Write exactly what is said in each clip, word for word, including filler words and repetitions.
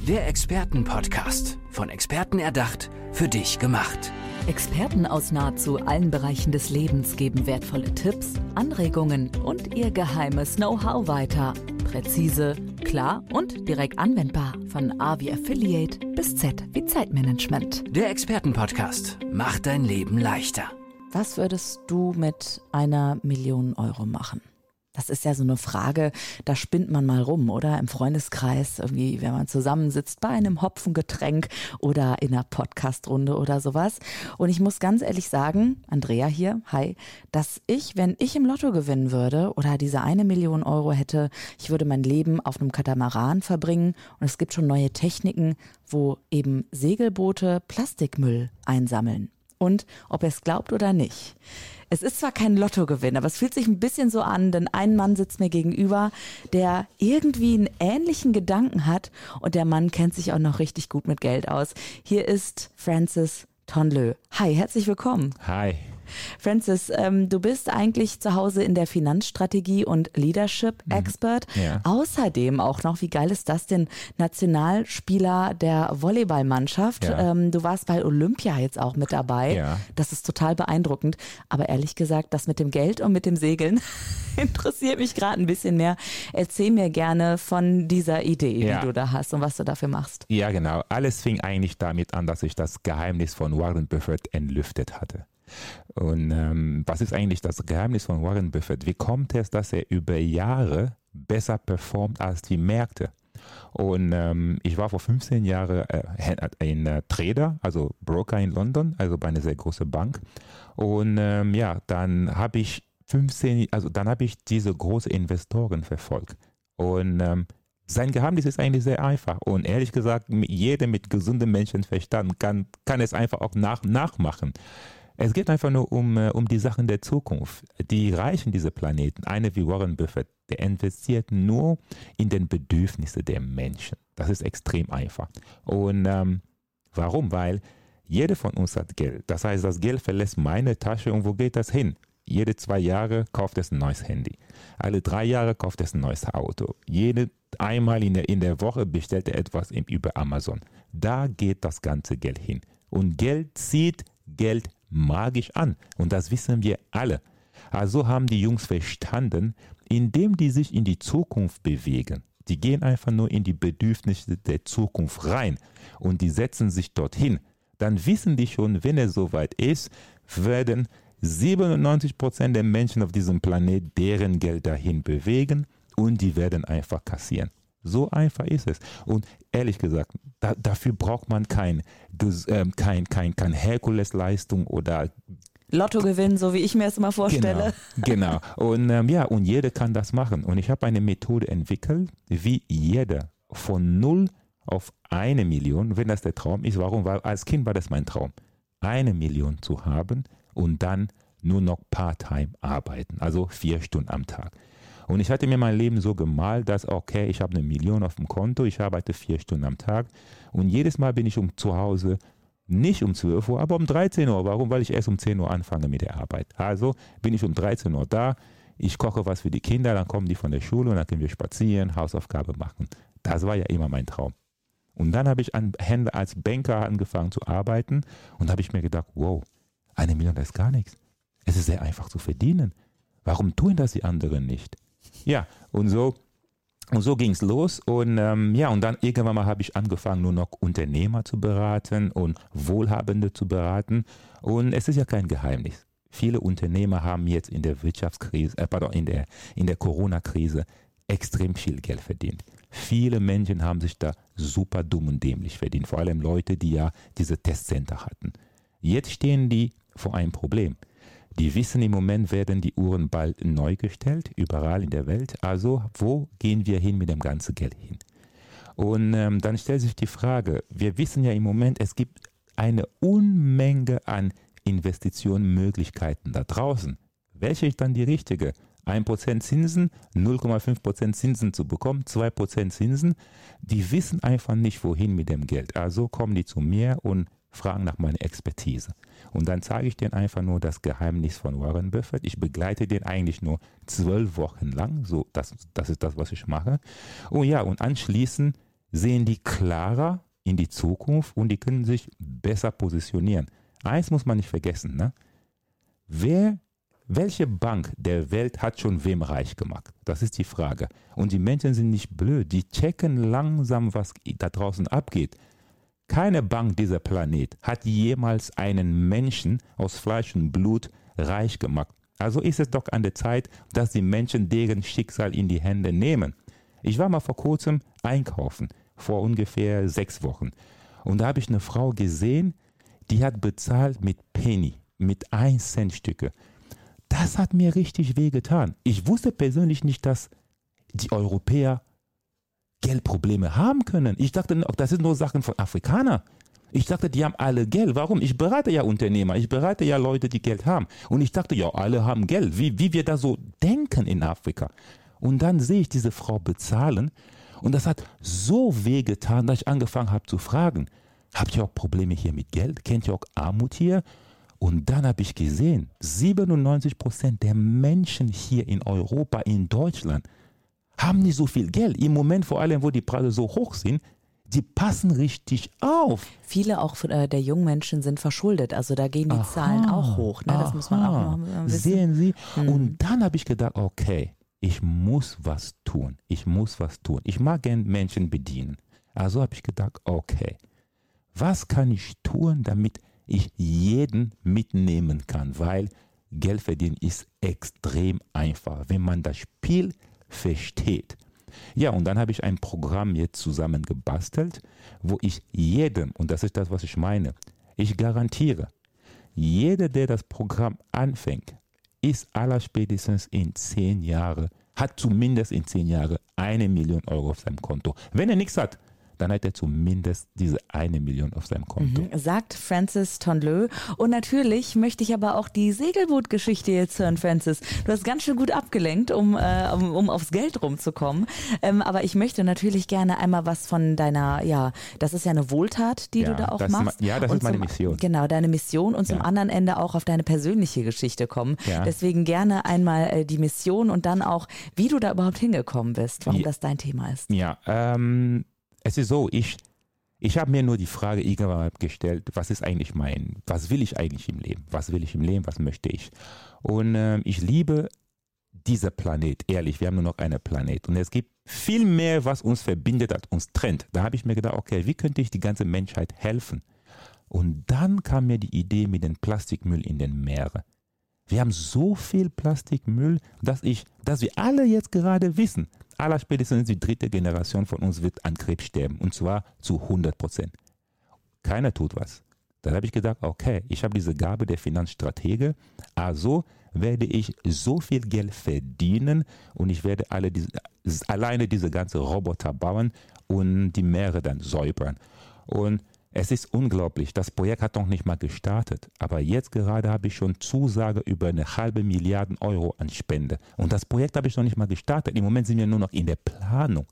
Der Experten-Podcast. Von Experten erdacht, für dich gemacht. Experten aus nahezu allen Bereichen des Lebens geben wertvolle Tipps, Anregungen und ihr geheimes Know-how weiter. Präzise, klar und direkt anwendbar. Von A wie Affiliate bis Z wie Zeitmanagement. Der Experten-Podcast macht dein Leben leichter. Was würdest du mit einer Million Euro machen? Das ist ja so eine Frage, da spinnt man mal rum, oder? Im Freundeskreis, irgendwie, wenn man zusammensitzt bei einem Hopfengetränk oder in einer Podcastrunde oder sowas. Und ich muss ganz ehrlich sagen, Andrea hier, hi, dass ich, wenn ich im Lotto gewinnen würde oder diese eine Million Euro hätte, ich würde mein Leben auf einem Katamaran verbringen. Und es gibt schon neue Techniken, wo eben Segelboote Plastikmüll einsammeln. Und ob ihr es glaubt oder nicht. Es ist zwar kein Lottogewinn, aber es fühlt sich ein bisschen so an, denn ein Mann sitzt mir gegenüber, der irgendwie einen ähnlichen Gedanken hat und der Mann kennt sich auch noch richtig gut mit Geld aus. Hier ist Francis Tonlö. Hi, herzlich willkommen. Hi. Francis, ähm, du bist eigentlich zu Hause in der Finanzstrategie und Leadership Expert. Mhm. Ja. Außerdem auch noch, wie geil ist das denn, Nationalspieler der Volleyballmannschaft. Ja. Ähm, du warst bei Olympia jetzt auch mit dabei. Ja. Das ist total beeindruckend. Aber ehrlich gesagt, das mit dem Geld und mit dem Segeln interessiert mich gerade ein bisschen mehr. Erzähl mir gerne von dieser Idee, Ja. die du da hast und was du dafür machst. Ja, genau. Alles fing eigentlich damit an, dass ich das Geheimnis von Warren Buffett entlüftet hatte. Und ähm, was ist eigentlich das Geheimnis von Warren Buffett? Wie kommt es, dass er über Jahre besser performt als die Märkte? Und ähm, ich war vor fünfzehn Jahren äh, ein äh, Trader, also Broker in London, also bei einer sehr großen Bank. Und ähm, ja, dann habe ich fünfzehn, also dann habe ich diese großen Investoren verfolgt. Und ähm, sein Geheimnis ist eigentlich sehr einfach. Und ehrlich gesagt, jeder mit gesundem Menschenverstand kann, kann es einfach auch nach, nachmachen. Es geht einfach nur um, um die Sachen der Zukunft. Die Reichen dieser Planeten, einer wie Warren Buffett, der investiert nur in den Bedürfnissen der Menschen. Das ist extrem einfach. Und ähm, warum? Weil jeder von uns hat Geld. Das heißt, das Geld verlässt meine Tasche und wo geht das hin? Jede zwei Jahre kauft es ein neues Handy. Alle drei Jahre kauft es ein neues Auto. Jede einmal in der, in der Woche bestellt er etwas über Amazon. Da geht das ganze Geld hin. Und Geld zieht Geld magisch an. Und das wissen wir alle. Also haben die Jungs verstanden, indem die sich in die Zukunft bewegen. Die gehen einfach nur in die Bedürfnisse der Zukunft rein und die setzen sich dorthin. Dann wissen die schon, wenn es soweit ist, werden siebenundneunzig Prozent der Menschen auf diesem Planet deren Geld dahin bewegen und die werden einfach kassieren. So einfach ist es. Und ehrlich gesagt, da, dafür braucht man kein, äh, kein, kein, kein Herkulesleistung oder Lottogewinn, so wie ich mir es immer vorstelle. Genau, genau. Und ähm, ja, und jeder kann das machen. Und ich habe eine Methode entwickelt, wie jeder von null auf eine Million, wenn das der Traum ist. Warum? Weil als Kind war das mein Traum, eine Million zu haben und dann nur noch Part-Time arbeiten, also vier Stunden am Tag. Und ich hatte mir mein Leben so gemalt, dass, okay, ich habe eine Million auf dem Konto, ich arbeite vier Stunden am Tag und jedes Mal bin ich um zu Hause, nicht um zwölf Uhr, aber um dreizehn Uhr. Warum? Weil ich erst um zehn Uhr anfange mit der Arbeit. Also bin ich um dreizehn Uhr da, ich koche was für die Kinder, dann kommen die von der Schule und dann können wir spazieren, Hausaufgabe machen. Das war ja immer mein Traum. Und dann habe ich an, als Banker angefangen zu arbeiten und habe ich mir gedacht, wow, eine Million, das ist gar nichts. Es ist sehr einfach zu verdienen. Warum tun das die anderen nicht? Ja, und so, und so ging es los. Und ähm, ja, und dann irgendwann mal habe ich angefangen, nur noch Unternehmer zu beraten und Wohlhabende zu beraten. Und es ist ja kein Geheimnis. Viele Unternehmer haben jetzt in der Wirtschaftskrise, äh, pardon, in der, in der Corona-Krise extrem viel Geld verdient. Viele Menschen haben sich da super dumm und dämlich verdient. Vor allem Leute, die ja diese Testcenter hatten. Jetzt stehen die vor einem Problem. Die wissen, im Moment werden die Uhren bald neu gestellt, überall in der Welt. Also wo gehen wir hin mit dem ganzen Geld hin? Und ähm, dann stellt sich die Frage, wir wissen ja im Moment, es gibt eine Unmenge an Investitionsmöglichkeiten da draußen. Welche ist dann die richtige? ein Prozent Zinsen, null Komma fünf Prozent Zinsen zu bekommen, zwei Prozent Zinsen. Die wissen einfach nicht, wohin mit dem Geld. Also kommen die zu mir und fragen nach meiner Expertise. Und dann zeige ich denen einfach nur das Geheimnis von Warren Buffett. Ich begleite den eigentlich nur zwölf Wochen lang. So, das, das ist das, was ich mache. Und ja, und anschließend sehen die klarer in die Zukunft und die können sich besser positionieren. Eins muss man nicht vergessen, ne? Wer, welche Bank der Welt hat schon wem reich gemacht? Das ist die Frage. Und die Menschen sind nicht blöd, die checken langsam, was da draußen abgeht. Keine Bank dieser Planet hat jemals einen Menschen aus Fleisch und Blut reich gemacht. Also ist es doch an der Zeit, dass die Menschen deren Schicksal in die Hände nehmen. Ich war mal vor kurzem einkaufen, vor ungefähr sechs Wochen. Und da habe ich eine Frau gesehen, die hat bezahlt mit Penny, mit ein Cent Stücke. Das hat mir richtig wehgetan. Ich wusste persönlich nicht, dass die Europäer Geldprobleme haben können. Ich dachte, das sind nur Sachen von Afrikanern. Ich dachte, die haben alle Geld. Warum? Ich berate ja Unternehmer, ich berate ja Leute, die Geld haben. Und ich dachte, ja, alle haben Geld, wie, wie wir da so denken in Afrika. Und dann sehe ich diese Frau bezahlen und das hat so wehgetan, dass ich angefangen habe zu fragen, habt ihr auch Probleme hier mit Geld? Kennt ihr auch Armut hier? Und dann habe ich gesehen, siebenundneunzig Prozent der Menschen hier in Europa, in Deutschland, haben nicht so viel Geld. Im Moment vor allem, wo die Preise so hoch sind, die passen richtig auf. Viele auch äh, der jungen Menschen sind verschuldet, also da gehen die aha, Zahlen auch hoch. Ne? Das aha, muss man auch noch wissen. Sehen Sie? Hm. Und dann habe ich gedacht, okay, ich muss was tun. Ich muss was tun. Ich mag gerne Menschen bedienen. Also habe ich gedacht, okay, was kann ich tun, damit ich jeden mitnehmen kann? Weil Geld verdienen ist extrem einfach, wenn man das Spiel versteht. Ja, und dann habe ich ein Programm jetzt zusammen gebastelt, wo ich jedem, und das ist das, was ich meine, ich garantiere, jeder, der das Programm anfängt, ist allerspätestens in zehn Jahren, hat zumindest in zehn Jahren eine Million Euro auf seinem Konto. Wenn er nichts hat, dann hat er zumindest diese eine Million auf seinem Konto. Mhm, sagt Francis Tonleu. Und natürlich möchte ich aber auch die Segelbootgeschichte jetzt hören, Francis. Du hast ganz schön gut abgelenkt, um, äh, um, um aufs Geld rumzukommen. Ähm, aber ich möchte natürlich gerne einmal was von deiner, ja, das ist ja eine Wohltat, die ja, du da auch das machst. Ist, ja, das und ist meine zum, Mission. Genau, deine Mission und zum ja. anderen Ende auch auf deine persönliche Geschichte kommen. Ja. Deswegen gerne einmal äh, die Mission und dann auch, wie du da überhaupt hingekommen bist, warum ja. das dein Thema ist. Ja, ähm, es ist so, ich, ich habe mir nur die Frage irgendwann gestellt, was ist eigentlich mein, was will ich eigentlich im Leben? Was will ich im Leben? Was möchte ich? Und äh, ich liebe dieser Planet, ehrlich, wir haben nur noch einen Planet. Und es gibt viel mehr, was uns verbindet, als uns trennt. Da habe ich mir gedacht, okay, wie könnte ich die ganze Menschheit helfen? Und dann kam mir die Idee mit dem Plastikmüll in den Meeren. Wir haben so viel Plastikmüll, dass, ich, dass wir alle jetzt gerade wissen, allerspätestens die dritte Generation von uns wird an Krebs sterben. Und zwar zu hundert Prozent. Keiner tut was. Dann habe ich gedacht, okay, ich habe diese Gabe der Finanzstratege, also werde ich so viel Geld verdienen und ich werde alle diese, alleine diese ganzen Roboter bauen und die Meere dann säubern. Und es ist unglaublich, das Projekt hat noch nicht mal gestartet, aber jetzt gerade habe ich schon Zusage über eine halbe Milliarde Euro an Spende. Und das Projekt habe ich noch nicht mal gestartet. Im Moment sind wir nur noch in der Planung.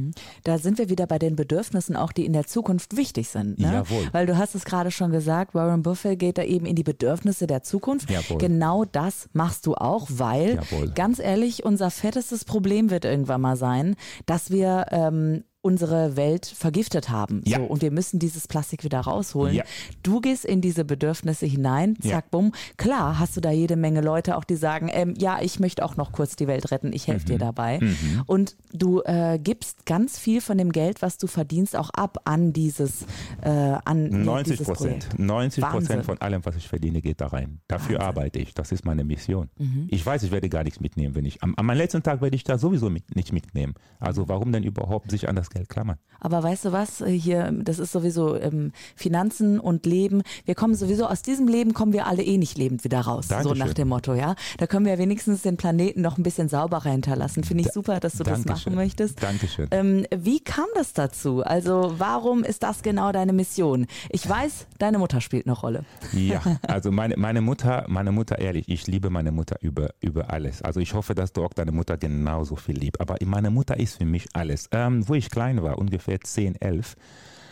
Da sind wir wieder bei den Bedürfnissen auch, die in der Zukunft wichtig sind. Ne? Jawohl. Weil du hast es gerade schon gesagt, Warren Buffett geht da eben in die Bedürfnisse der Zukunft. Jawohl. Genau das machst du auch, weil, Jawohl. ganz ehrlich, unser fettestes Problem wird irgendwann mal sein, dass wir ähm, unsere Welt vergiftet haben. Ja. So, und wir müssen dieses Plastik wieder rausholen. Ja. Du gehst in diese Bedürfnisse hinein, zack, ja. bumm. Klar hast du da jede Menge Leute auch, die sagen, ähm, ja, ich möchte auch noch kurz die Welt retten, ich helfe mhm. dir dabei. Mhm. Und du äh, gibst ganz viel von dem Geld, was du verdienst, auch ab an dieses äh, an neunzig dieses Prozent. Projekt. neunzig Prozent von allem, was ich verdiene, geht da rein. Dafür Wahnsinn. Arbeite ich. Das ist meine Mission. Mhm. Ich weiß, ich werde gar nichts mitnehmen, wenn ich am, am letzten Tag werde ich da sowieso mit, nicht mitnehmen. Also warum denn überhaupt sich an dasEld klammern? Aber weißt du was, hier, das ist sowieso ähm, Finanzen und Leben. Wir kommen sowieso, aus diesem Leben kommen wir alle eh nicht lebend wieder raus. Dankeschön. So nach dem Motto, ja. Da können wir ja wenigstens den Planeten noch ein bisschen sauberer hinterlassen. Finde ich super, dass du Dankeschön. das machen möchtest. Dankeschön. Ähm, wie kam das dazu? Also warum ist das genau deine Mission? Ich weiß, deine Mutter spielt eine Rolle. Ja, also meine, meine Mutter, meine Mutter, ehrlich, ich liebe meine Mutter über, über alles. Also ich hoffe, dass du auch deine Mutter genauso viel liebst. Aber meine Mutter ist für mich alles. Ähm, wo ich klein war, ungefähr zehn, elf,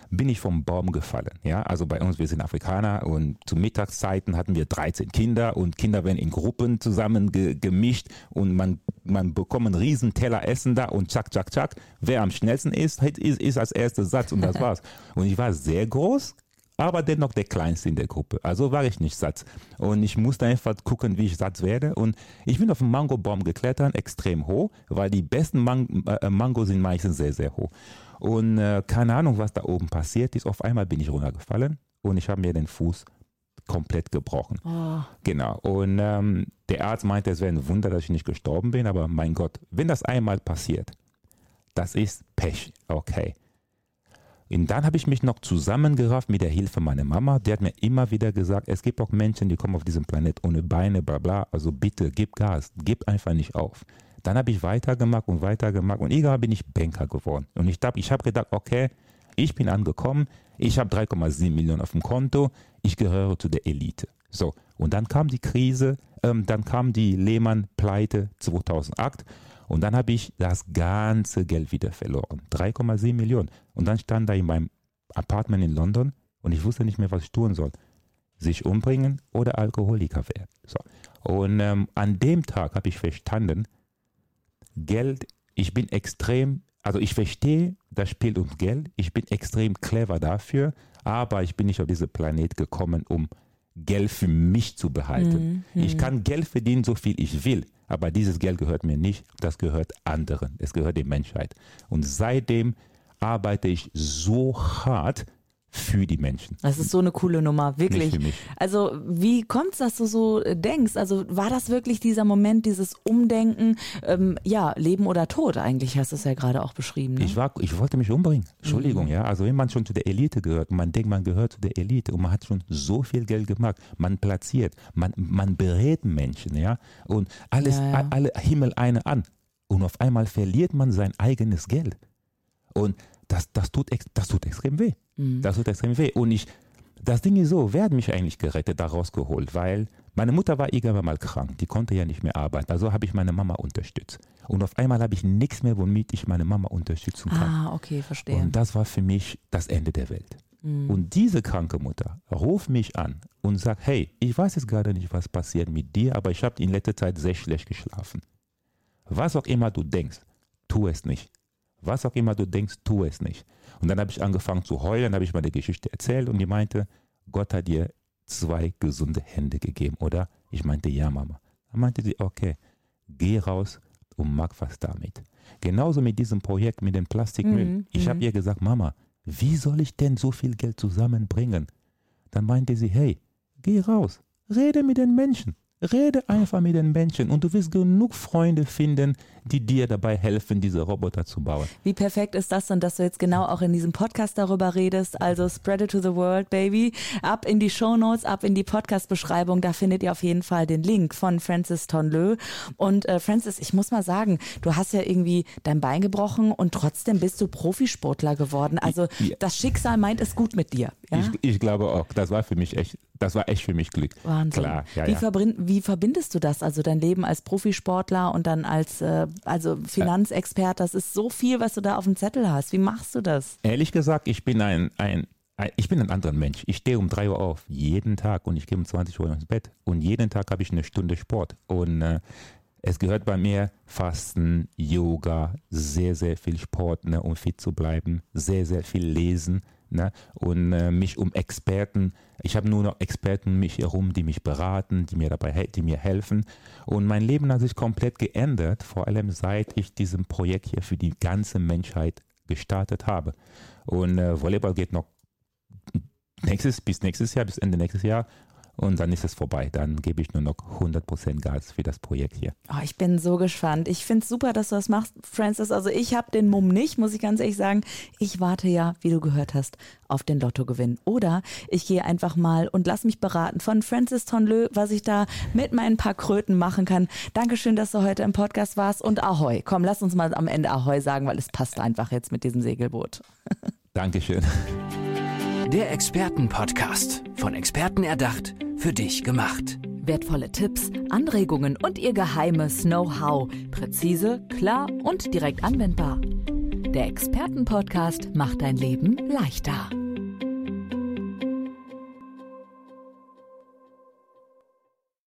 bin ich vom Baum gefallen. Ja, also bei uns, wir sind Afrikaner und zu Mittagszeiten hatten wir dreizehn Kinder und Kinder werden in Gruppen zusammen ge- gemischt und man, man bekommt einen riesen Teller Essen da und zack, zack, zack. Wer am schnellsten ist, ist, ist als erster Satz und das war's. Und ich war sehr groß, aber dennoch der Kleinste in der Gruppe. Also war ich nicht satt. Und ich musste einfach gucken, wie ich satt werde. Und ich bin auf den Mangobaum geklettert, extrem hoch, weil die besten Man- äh, Mangos sind meistens sehr, sehr hoch. Und äh, keine Ahnung, was da oben passiert ist. Auf einmal bin ich runtergefallen und ich habe mir den Fuß komplett gebrochen. Oh. Genau. Und ähm, der Arzt meinte, es wäre ein Wunder, dass ich nicht gestorben bin. Aber mein Gott, wenn das einmal passiert, das ist Pech. Okay. Und dann habe ich mich noch zusammengerafft mit der Hilfe meiner Mama. Die hat mir immer wieder gesagt, es gibt auch Menschen, die kommen auf diesem Planet ohne Beine, bla bla. Also bitte, gib Gas, gib einfach nicht auf. Dann habe ich weitergemacht und weitergemacht und irgendwann bin ich Banker geworden. Und ich, ich habe gedacht, okay, ich bin angekommen, ich habe drei Komma sieben Millionen auf dem Konto, ich gehöre zu der Elite. So, und dann kam die Krise, ähm, dann kam die Lehman-Pleite zweitausendacht. Und dann habe ich das ganze Geld wieder verloren. drei Komma sieben Millionen. Und dann stand da in meinem Apartment in London und ich wusste nicht mehr, was ich tun soll. Sich umbringen oder Alkoholiker werden. So. Und ähm, an dem Tag habe ich verstanden, Geld, ich bin extrem, also ich verstehe, das spielt ums Geld. Ich bin extrem clever dafür, aber ich bin nicht auf diesen Planet gekommen, um Geld für mich zu behalten. Mhm. Ich kann Geld verdienen, so viel ich will. Aber dieses Geld gehört mir nicht, das gehört anderen, es gehört der Menschheit. Und seitdem arbeite ich so hart für die Menschen. Das ist so eine coole Nummer, wirklich. Nicht für mich. Also wie kommt es, dass du so denkst? Also war das wirklich dieser Moment, dieses Umdenken, ähm, ja, Leben oder Tod eigentlich, hast du es ja gerade auch beschrieben. Ne? Ich, war, ich wollte mich umbringen, Entschuldigung, mhm. ja. Also wenn man schon zu der Elite gehört und man denkt, man gehört zu der Elite und man hat schon so viel Geld gemacht, man platziert, man, man berät Menschen, ja. Und alles, ja, ja. alle Himmel eine an. Und auf einmal verliert man sein eigenes Geld. Und das, das, tut, das tut extrem weh. Mhm. Das tut extrem weh. Und ich, das Ding ist so, wer hat mich eigentlich gerettet, da rausgeholt? Weil meine Mutter war irgendwann mal krank, die konnte ja nicht mehr arbeiten. Also habe ich meine Mama unterstützt. Und auf einmal habe ich nichts mehr, womit ich meine Mama unterstützen kann. Ah, okay, verstehe. Und das war für mich das Ende der Welt. Mhm. Und diese kranke Mutter ruft mich an und sagt, hey, ich weiß jetzt gerade nicht, was passiert mit dir, aber ich habe in letzter Zeit sehr schlecht geschlafen. Was auch immer du denkst, tu es nicht. Was auch immer du denkst, tu es nicht. Und dann habe ich angefangen zu heulen, dann habe ich meine Geschichte erzählt und die meinte, Gott hat dir zwei gesunde Hände gegeben, oder? Ich meinte, ja, Mama. Dann meinte sie, okay, geh raus und mach was damit. Genauso mit diesem Projekt mit dem Plastikmüll. Mhm, ich habe ihr gesagt, Mama, wie soll ich denn so viel Geld zusammenbringen? Dann meinte sie, hey, geh raus, rede mit den Menschen. Rede einfach mit den Menschen und du wirst genug Freunde finden, die dir dabei helfen, diese Roboter zu bauen. Wie perfekt ist das denn, dass du jetzt genau auch in diesem Podcast darüber redest? Also spread it to the world, baby. Ab in die Shownotes, ab in die Podcast-Beschreibung. Da findet ihr auf jeden Fall den Link von Francis Tonlö. Und äh, Francis, ich muss mal sagen, du hast ja irgendwie dein Bein gebrochen und trotzdem bist du Profisportler geworden. Also ja. Das Schicksal meint es gut mit dir. Ja? Ich, ich glaube auch, das war für mich echt, das war echt für mich Glück. Wahnsinn. Klar, ja, wie, ja. Verbind, wie verbindest du das? Also dein Leben als Profisportler und dann als äh, also Finanzexperte, das ist so viel, was du da auf dem Zettel hast. Wie machst du das? Ehrlich gesagt, ich bin ein, ein, ein, ich bin ein anderer Mensch. Ich stehe um drei Uhr auf, jeden Tag, und ich gehe um zwanzig Uhr ins Bett. Und jeden Tag habe ich eine Stunde Sport. Und äh, es gehört bei mir Fasten, Yoga, sehr, sehr viel Sport, ne, um fit zu bleiben, sehr, sehr viel lesen. Ne? Und äh, mich um Experten, ich habe nur noch Experten um mich herum, die mich beraten, die mir dabei, die mir helfen. Und mein Leben hat sich komplett geändert, vor allem seit ich diesem Projekt hier für die ganze Menschheit gestartet habe. Und äh, Volleyball geht noch nächstes, bis nächstes Jahr, bis Ende nächstes Jahr. Und dann ist es vorbei. Dann gebe ich nur noch hundert Prozent Gas für das Projekt hier. Oh, ich bin so gespannt. Ich finde es super, dass du das machst, Francis. Also ich habe den Mumm nicht, muss ich ganz ehrlich sagen. Ich warte ja, wie du gehört hast, auf den Lottogewinn. Oder ich gehe einfach mal und lass mich beraten von Francis Tonlö, was ich da mit meinen paar Kröten machen kann. Dankeschön, dass du heute im Podcast warst. Und Ahoi. Komm, lass uns mal am Ende Ahoi sagen, weil es passt einfach jetzt mit diesem Segelboot. Dankeschön. Der Expertenpodcast. Von Experten erdacht, für dich gemacht. Wertvolle Tipps, Anregungen und ihr geheimes Know-how. Präzise, klar und direkt anwendbar. Der Expertenpodcast macht dein Leben leichter.